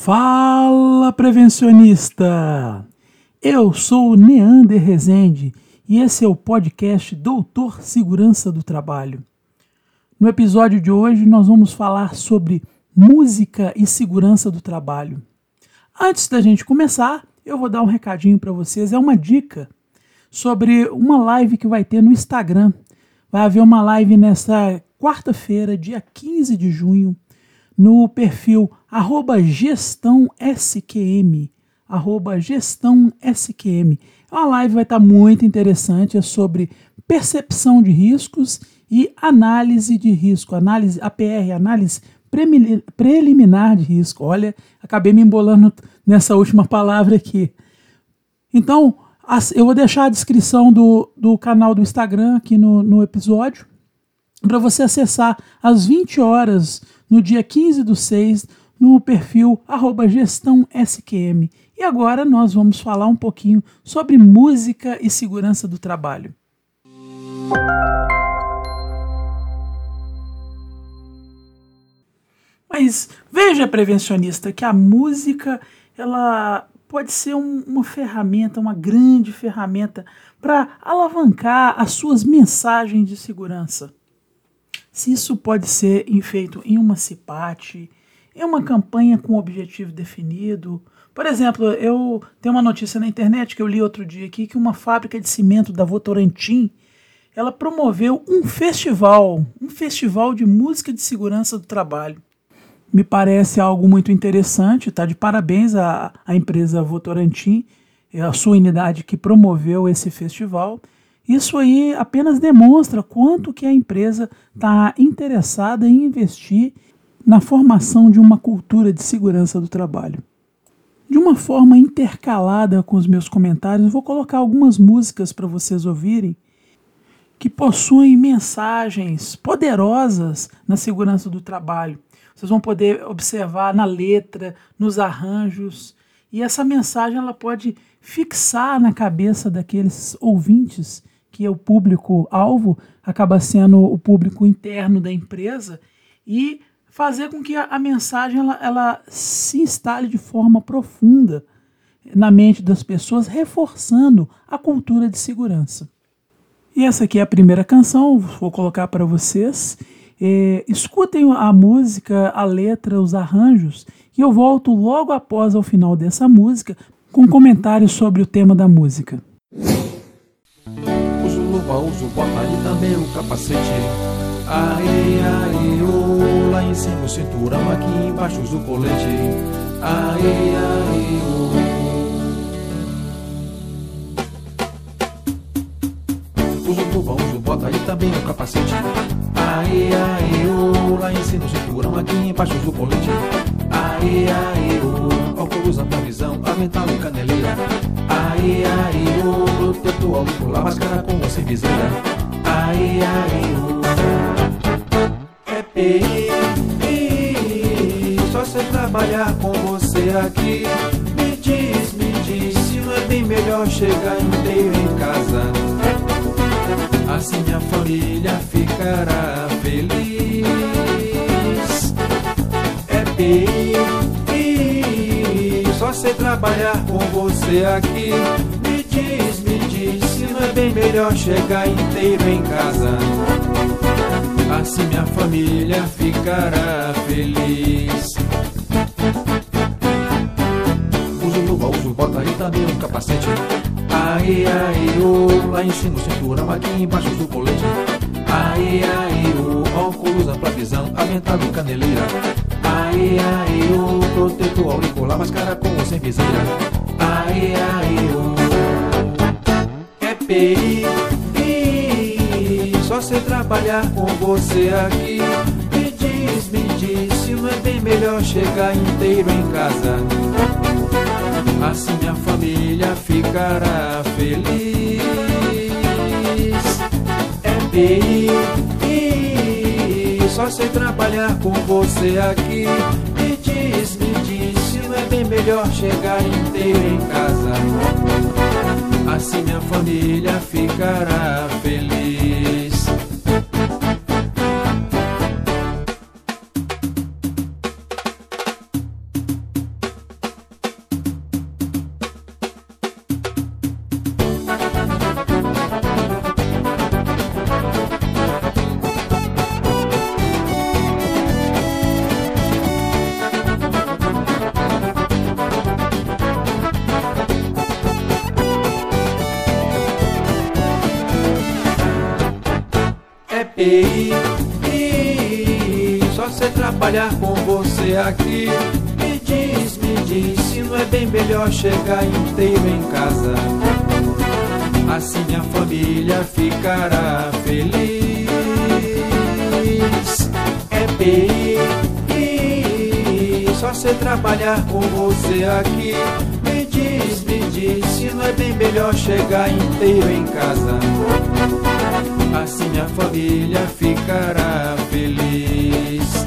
Fala, prevencionista! Eu sou o Neander Rezende e esse é o podcast Doutor Segurança do Trabalho. No episódio de hoje nós vamos falar sobre música e segurança do trabalho. Antes da gente começar, eu vou dar um recadinho para vocês, é uma dica sobre uma live que vai ter no Instagram. Vai haver uma live nesta quarta-feira, dia 15 de junho, no perfil @gestãosqm, @gestãosqm. A live vai estar muito interessante, é sobre percepção de riscos e análise de risco, análise APR, análise preliminar de risco. Olha, acabei me embolando nessa última palavra aqui. Então, eu vou deixar a descrição do canal do Instagram aqui no episódio, para você acessar às 20 horas, no dia 15/6, no perfil @gestãosqm. E agora nós vamos falar um pouquinho sobre música e segurança do trabalho. Mas veja, prevencionista, que a música ela pode ser uma ferramenta, uma grande ferramenta para alavancar as suas mensagens de segurança. Se isso pode ser feito em uma CIPAT, em uma campanha com objetivo definido. Por exemplo, eu tenho uma notícia na internet que eu li outro dia aqui, que uma fábrica de cimento da Votorantim, ela promoveu um festival de música de segurança do trabalho. Me parece algo muito interessante, tá? De parabéns à empresa Votorantim, a sua unidade que promoveu esse festival. Isso aí apenas demonstra quanto que a empresa está interessada em investir na formação de uma cultura de segurança do trabalho. De uma forma intercalada com os meus comentários, eu vou colocar algumas músicas para vocês ouvirem que possuem mensagens poderosas na segurança do trabalho. Vocês vão poder observar na letra, nos arranjos, e essa mensagem ela pode fixar na cabeça daqueles ouvintes, que é o público-alvo, acaba sendo o público interno da empresa, e fazer com que a mensagem ela se instale de forma profunda na mente das pessoas, reforçando a cultura de segurança. E essa aqui é a primeira canção, vou colocar para vocês. Escutem a música, a letra, os arranjos, e eu volto logo após ao final dessa música com comentários sobre o tema da música. Uso luva, uso bota e também o capacete. Aê, aê, ô, lá em cima o cinturão, aqui embaixo uso o colete. Aê, aê, ô. Uso luva, uso bota e também o capacete. Aê, aê, ô, lá em cima o cinturão, aqui embaixo uso o colete. Aê, aê, ô, óculos, antavisão, avental e caneleira. Aê, aê, ô, protetor auricular, máscara com você viseira. Aê, aê, ô. EPI, só sei trabalhar com você aqui. Me diz, se não é bem melhor chegar inteiro em casa. Assim minha família ficará feliz. EPI, só sei trabalhar com você aqui. Me diz, se não é bem melhor chegar inteiro em casa. Assim minha família ficará feliz. Uso luva, uso bota e também um capacete. Aê, aê, ô, lá em cima o cinturão, aqui embaixo uso o colete. Aê, aê, ô, óculos, ampla visão, avental e caneleira. Aê, aê, ô, protetor auricular, máscara com ou sem viseira. Aê, aê, ô. EPI, só sei trabalhar com você aqui. Me diz, se não é bem melhor chegar inteiro em casa. Assim minha família ficará feliz. EPI, só sei trabalhar com você aqui. Me diz, se não é bem melhor chegar inteiro em casa. Assim minha família ficará feliz. Ei, só sei trabalhar com você aqui. Me diz, se não é bem melhor chegar inteiro em casa. Assim minha família ficará feliz. É PI, só sei trabalhar com você aqui. Me diz, se não é bem melhor chegar inteiro em casa. Assim minha família ficará feliz.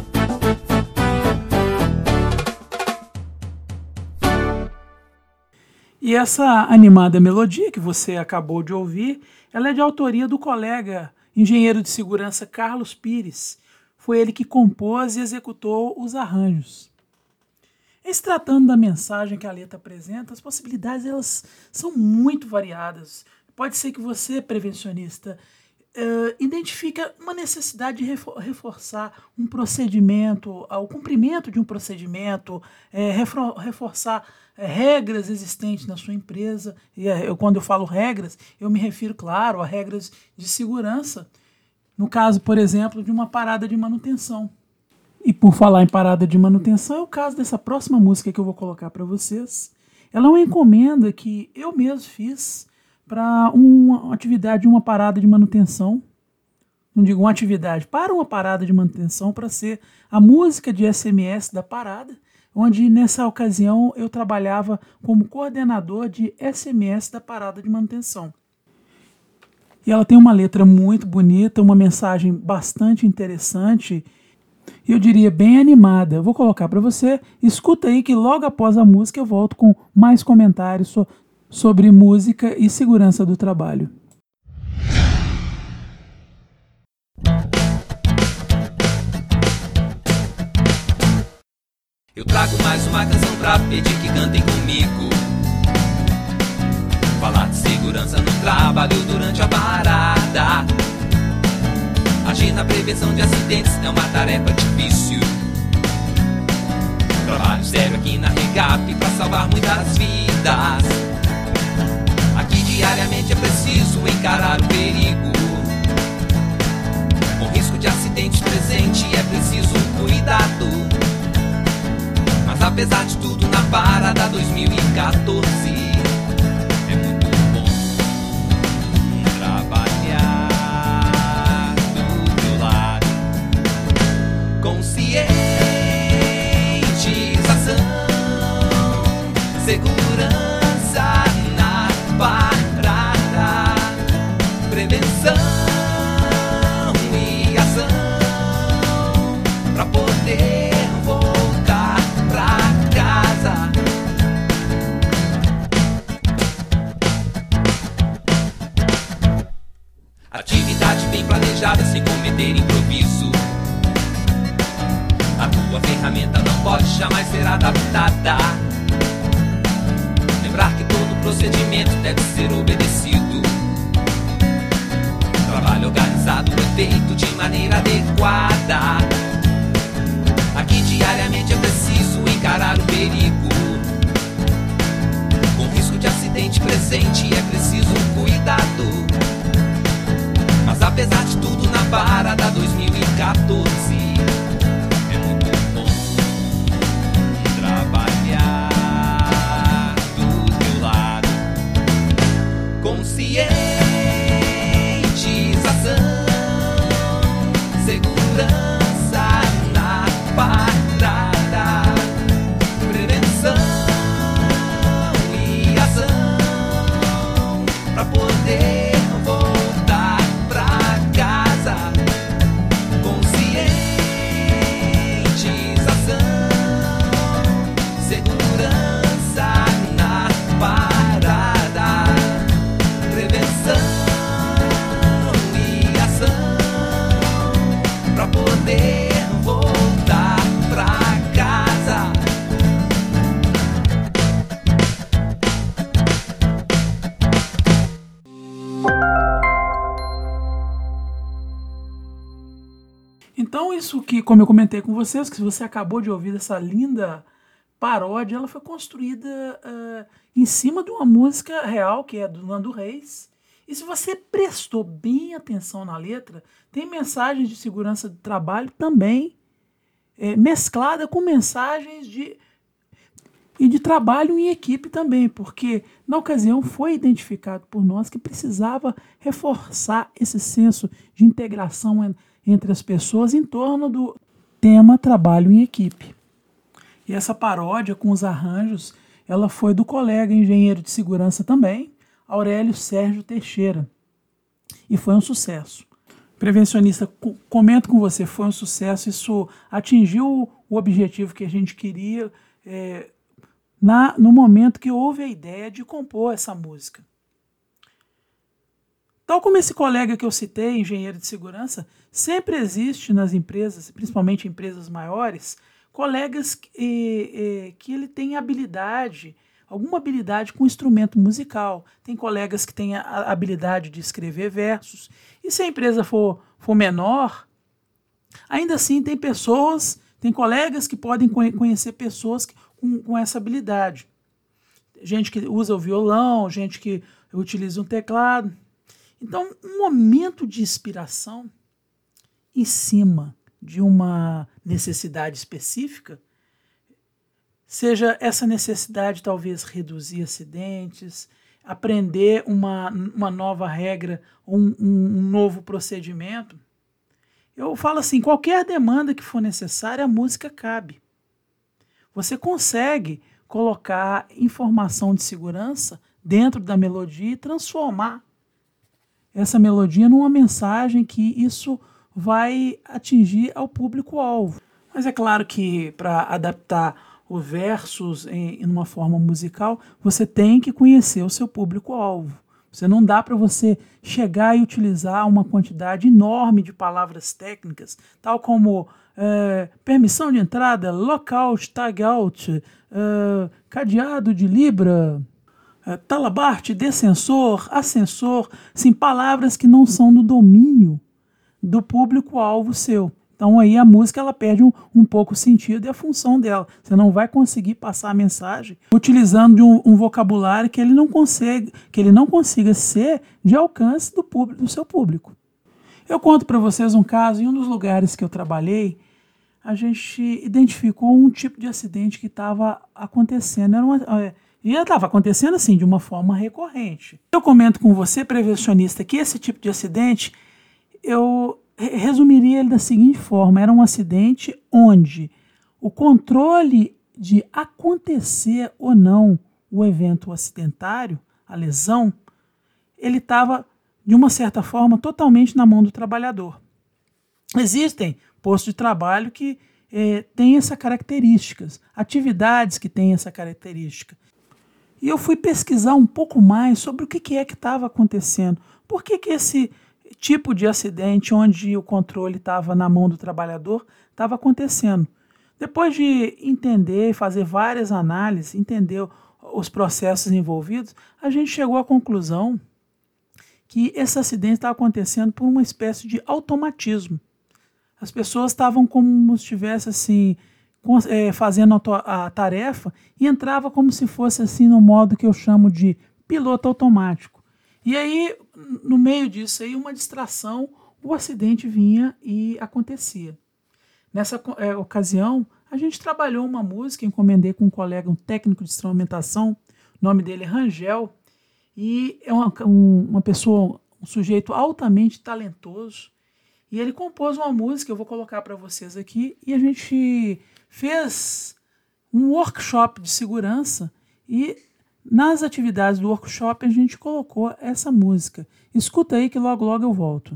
E essa animada melodia que você acabou de ouvir, ela é de autoria do colega engenheiro de segurança Carlos Pires. Foi ele que compôs e executou os arranjos. Em se tratando da mensagem que a letra apresenta, as possibilidades elas são muito variadas. Pode ser que você, prevencionista, identifica uma necessidade de reforçar um procedimento, o cumprimento de um procedimento, reforçar regras existentes na sua empresa. E quando eu falo regras, eu me refiro, claro, a regras de segurança. No caso, por exemplo, de uma parada de manutenção. E por falar em parada de manutenção, é o caso dessa próxima música que eu vou colocar para vocês. Ela é uma encomenda que eu mesmo fiz para uma atividade, uma parada de manutenção. Não digo uma atividade, para uma parada de manutenção, para ser a música de SMS da parada, onde nessa ocasião eu trabalhava como coordenador de SMS da parada de manutenção. E ela tem uma letra muito bonita, uma mensagem bastante interessante, eu diria bem animada. Eu vou colocar para você, escuta aí que logo após a música eu volto com mais comentários sobre música e segurança do trabalho. Eu trago mais uma canção pra pedir que cantem comigo. Falar de segurança no trabalho durante a parada. Agir na prevenção de acidentes é uma tarefa difícil. Trabalho sério aqui na Regap pra salvar muitas vidas. Aqui diariamente é preciso encarar o perigo. Com risco de acidente presente é preciso cuidado. Mas apesar de tudo na parada 2014 é muito bom trabalhar do teu lado. Conscientização, segurança na parada, prevenção e ação pra poder voltar pra casa. Atividade bem planejada sem cometer improviso. A tua ferramenta não pode jamais ser adaptada. Lembrar que todo procedimento deve ser obedecido. Trabalho organizado é feito de maneira adequada. Aqui diariamente é preciso encarar o perigo. Com risco de acidente presente é preciso cuidado. Mas apesar de tudo na parada 2014 é muito bom trabalhar do teu lado. Conscientização, segurança na parada, prevenção e ação pra poder voltar pra casa. Conscientização, segurança na parada, prevenção e ação pra poder voltar pra casa. Então isso que, como eu comentei com vocês, que você acabou de ouvir essa linda paródia, ela foi construída em cima de uma música real, que é do Nando Reis, E se você prestou bem atenção na letra, tem mensagens de segurança do trabalho também, mesclada com mensagens de trabalho em equipe também, porque na ocasião foi identificado por nós que precisava reforçar esse senso de integração entre as pessoas em torno do tema trabalho em equipe. E essa paródia com os arranjos, ela foi do colega engenheiro de segurança também, Aurélio Sérgio Teixeira, e foi um sucesso. Prevencionista, comento com você, foi um sucesso, isso atingiu o objetivo que a gente queria no momento que houve a ideia de compor essa música. Tal como esse colega que eu citei, engenheiro de segurança, sempre existe nas empresas, principalmente empresas maiores, colegas que ele tem habilidade, alguma habilidade com instrumento musical. Tem colegas que têm a habilidade de escrever versos. E se a empresa for menor, ainda assim tem colegas que podem conhecer pessoas com essa habilidade. Gente que usa o violão, gente que utiliza um teclado. Então, um momento de inspiração em cima de uma necessidade específica, seja essa necessidade talvez reduzir acidentes, aprender uma nova regra, um novo procedimento. Eu falo assim, qualquer demanda que for necessária, a música cabe. Você consegue colocar informação de segurança dentro da melodia e transformar essa melodia numa mensagem que isso vai atingir ao público-alvo. Mas é claro que para adaptar os versos em uma forma musical, você tem que conhecer o seu público-alvo. Não dá para você chegar e utilizar uma quantidade enorme de palavras técnicas, tal como permissão de entrada, lockout, tagout, cadeado de libra, talabarte, descensor, ascensor, sim, palavras que não são do domínio do público-alvo seu. Então aí a música ela perde um pouco o sentido e a função dela. Você não vai conseguir passar a mensagem utilizando de um vocabulário que ele não consiga ser de alcance do seu público. Eu conto para vocês um caso, em um dos lugares que eu trabalhei, a gente identificou um tipo de acidente que estava acontecendo. E estava acontecendo assim, de uma forma recorrente. Eu comento com você, prevencionista, que esse tipo de acidente, eu resumiria ele da seguinte forma: era um acidente onde o controle de acontecer ou não o evento acidentário, a lesão, ele estava, de uma certa forma, totalmente na mão do trabalhador. Existem postos de trabalho que têm essa características, atividades que têm essa característica. E eu fui pesquisar um pouco mais sobre o que é que estava acontecendo. Por que esse tipo de acidente onde o controle estava na mão do trabalhador estava acontecendo? Depois de entender, fazer várias análises, entender os processos envolvidos, a gente chegou à conclusão que esse acidente estava acontecendo por uma espécie de automatismo. As pessoas estavam como se estivesse assim, fazendo a tarefa e entrava como se fosse assim no modo que eu chamo de piloto automático. E aí, no meio disso aí, uma distração, o acidente vinha e acontecia. Nessa ocasião, a gente trabalhou uma música, encomendei com um colega, um técnico de instrumentação, o nome dele é Rangel, e é uma pessoa, um sujeito altamente talentoso, e ele compôs uma música, eu vou colocar para vocês aqui, e a gente fez um workshop de segurança e nas atividades do workshop a gente colocou essa música. Escuta aí que logo logo eu volto.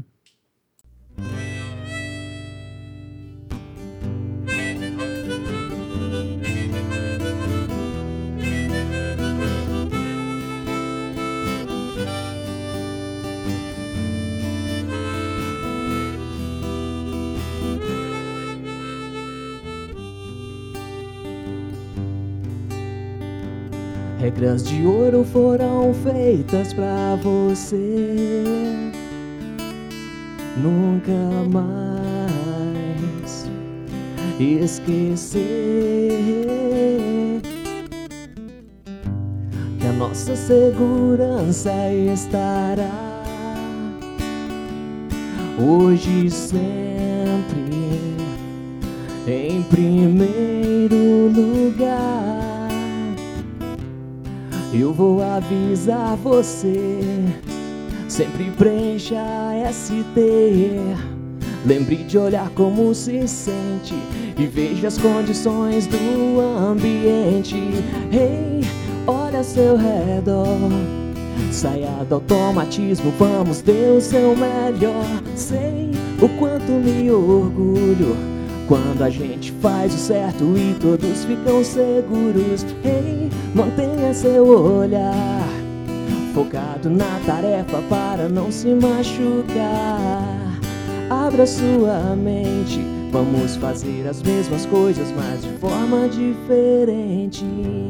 Regras de ouro foram feitas pra você nunca mais esquecer que a nossa segurança estará hoje e sempre, em primeiro lugar. Eu vou avisar você, sempre preencha ST. Lembre de olhar como se sente e veja as condições do ambiente. Ei, olha ao seu redor, saia do automatismo, vamos, dê o seu melhor. Sei o quanto me orgulho quando a gente faz o certo e todos ficam seguros. Ei, mantenha seu olhar focado na tarefa para não se machucar. Abra sua mente, vamos fazer as mesmas coisas, mas de forma diferente.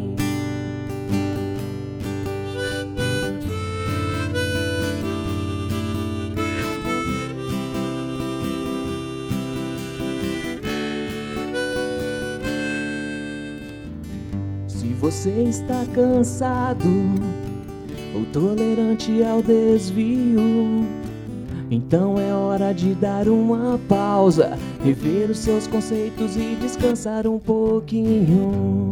Se você está cansado ou tolerante ao desvio, então é hora de dar uma pausa, rever os seus conceitos e descansar um pouquinho.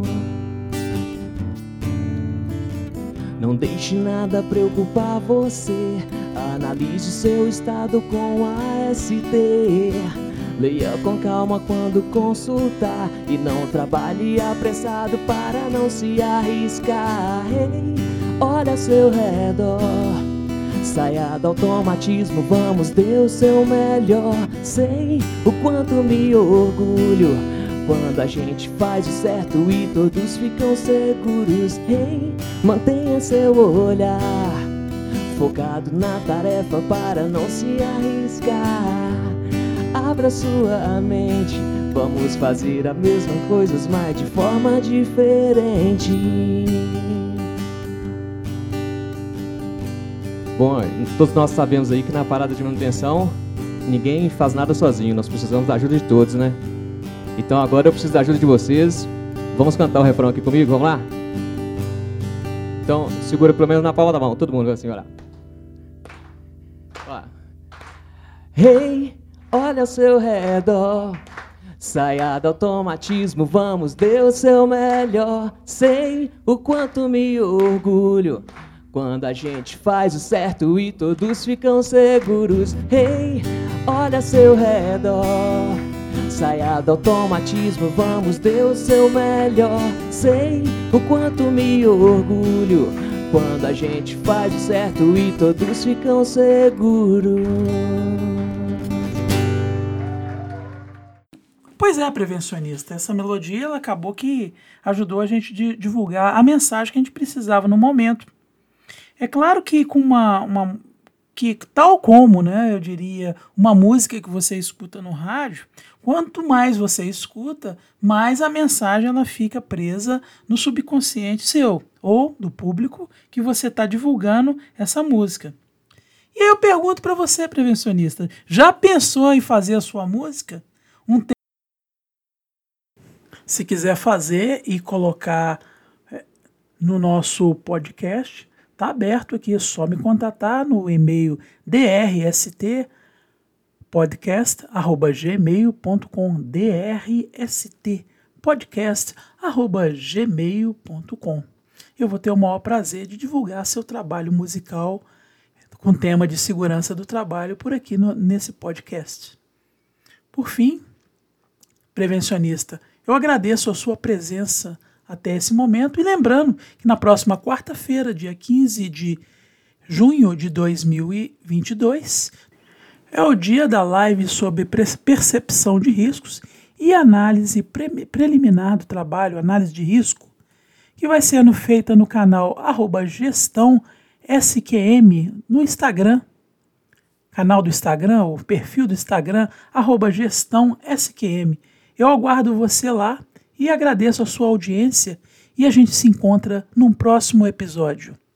Não deixe nada preocupar você, analise seu estado com a ST. Leia com calma quando consultar e não trabalhe apressado para não se arriscar. Ei, olha ao seu redor, saia do automatismo, vamos, dê o seu melhor. Sei o quanto me orgulho quando a gente faz o certo e todos ficam seguros. Ei, mantenha seu olhar focado na tarefa para não se arriscar. Abra sua mente, vamos fazer as mesmas coisas, mas de forma diferente. Bom, todos nós sabemos aí que na parada de manutenção ninguém faz nada sozinho, nós precisamos da ajuda de todos, né? Então agora eu preciso da ajuda de vocês. Vamos cantar o refrão aqui comigo, vamos lá? Então segura pelo menos na palma da mão, todo mundo assim, olha. Hey, olha ao seu redor, saia do automatismo, vamos, dê o seu melhor. Sei o quanto me orgulho quando a gente faz o certo e todos ficam seguros. Hey, olha ao seu redor, saia do automatismo, vamos, dê o seu melhor. Sei o quanto me orgulho quando a gente faz o certo e todos ficam seguros. Pois é, prevencionista, essa melodia ela acabou que ajudou a gente a divulgar a mensagem que a gente precisava no momento. É claro que com que tal como, né, eu diria, uma música que você escuta no rádio, quanto mais você escuta, mais a mensagem ela fica presa no subconsciente seu ou do público que você está divulgando essa música. E aí eu pergunto para você, prevencionista, já pensou em fazer a sua música? Se quiser fazer e colocar no nosso podcast, está aberto aqui, é só me contatar no e-mail drstpodcast@gmail.com, drstpodcast@gmail.com. Eu vou ter o maior prazer de divulgar seu trabalho musical com tema de segurança do trabalho por aqui nesse podcast. Por fim, prevencionista, eu agradeço a sua presença até esse momento e lembrando que na próxima quarta-feira, dia 15 de junho de 2022, é o dia da live sobre percepção de riscos e análise preliminar do trabalho, análise de risco, que vai sendo feita no canal @gestãosqm no Instagram, canal do Instagram, o perfil do Instagram, @gestãosqm. Eu aguardo você lá e agradeço a sua audiência e a gente se encontra num próximo episódio.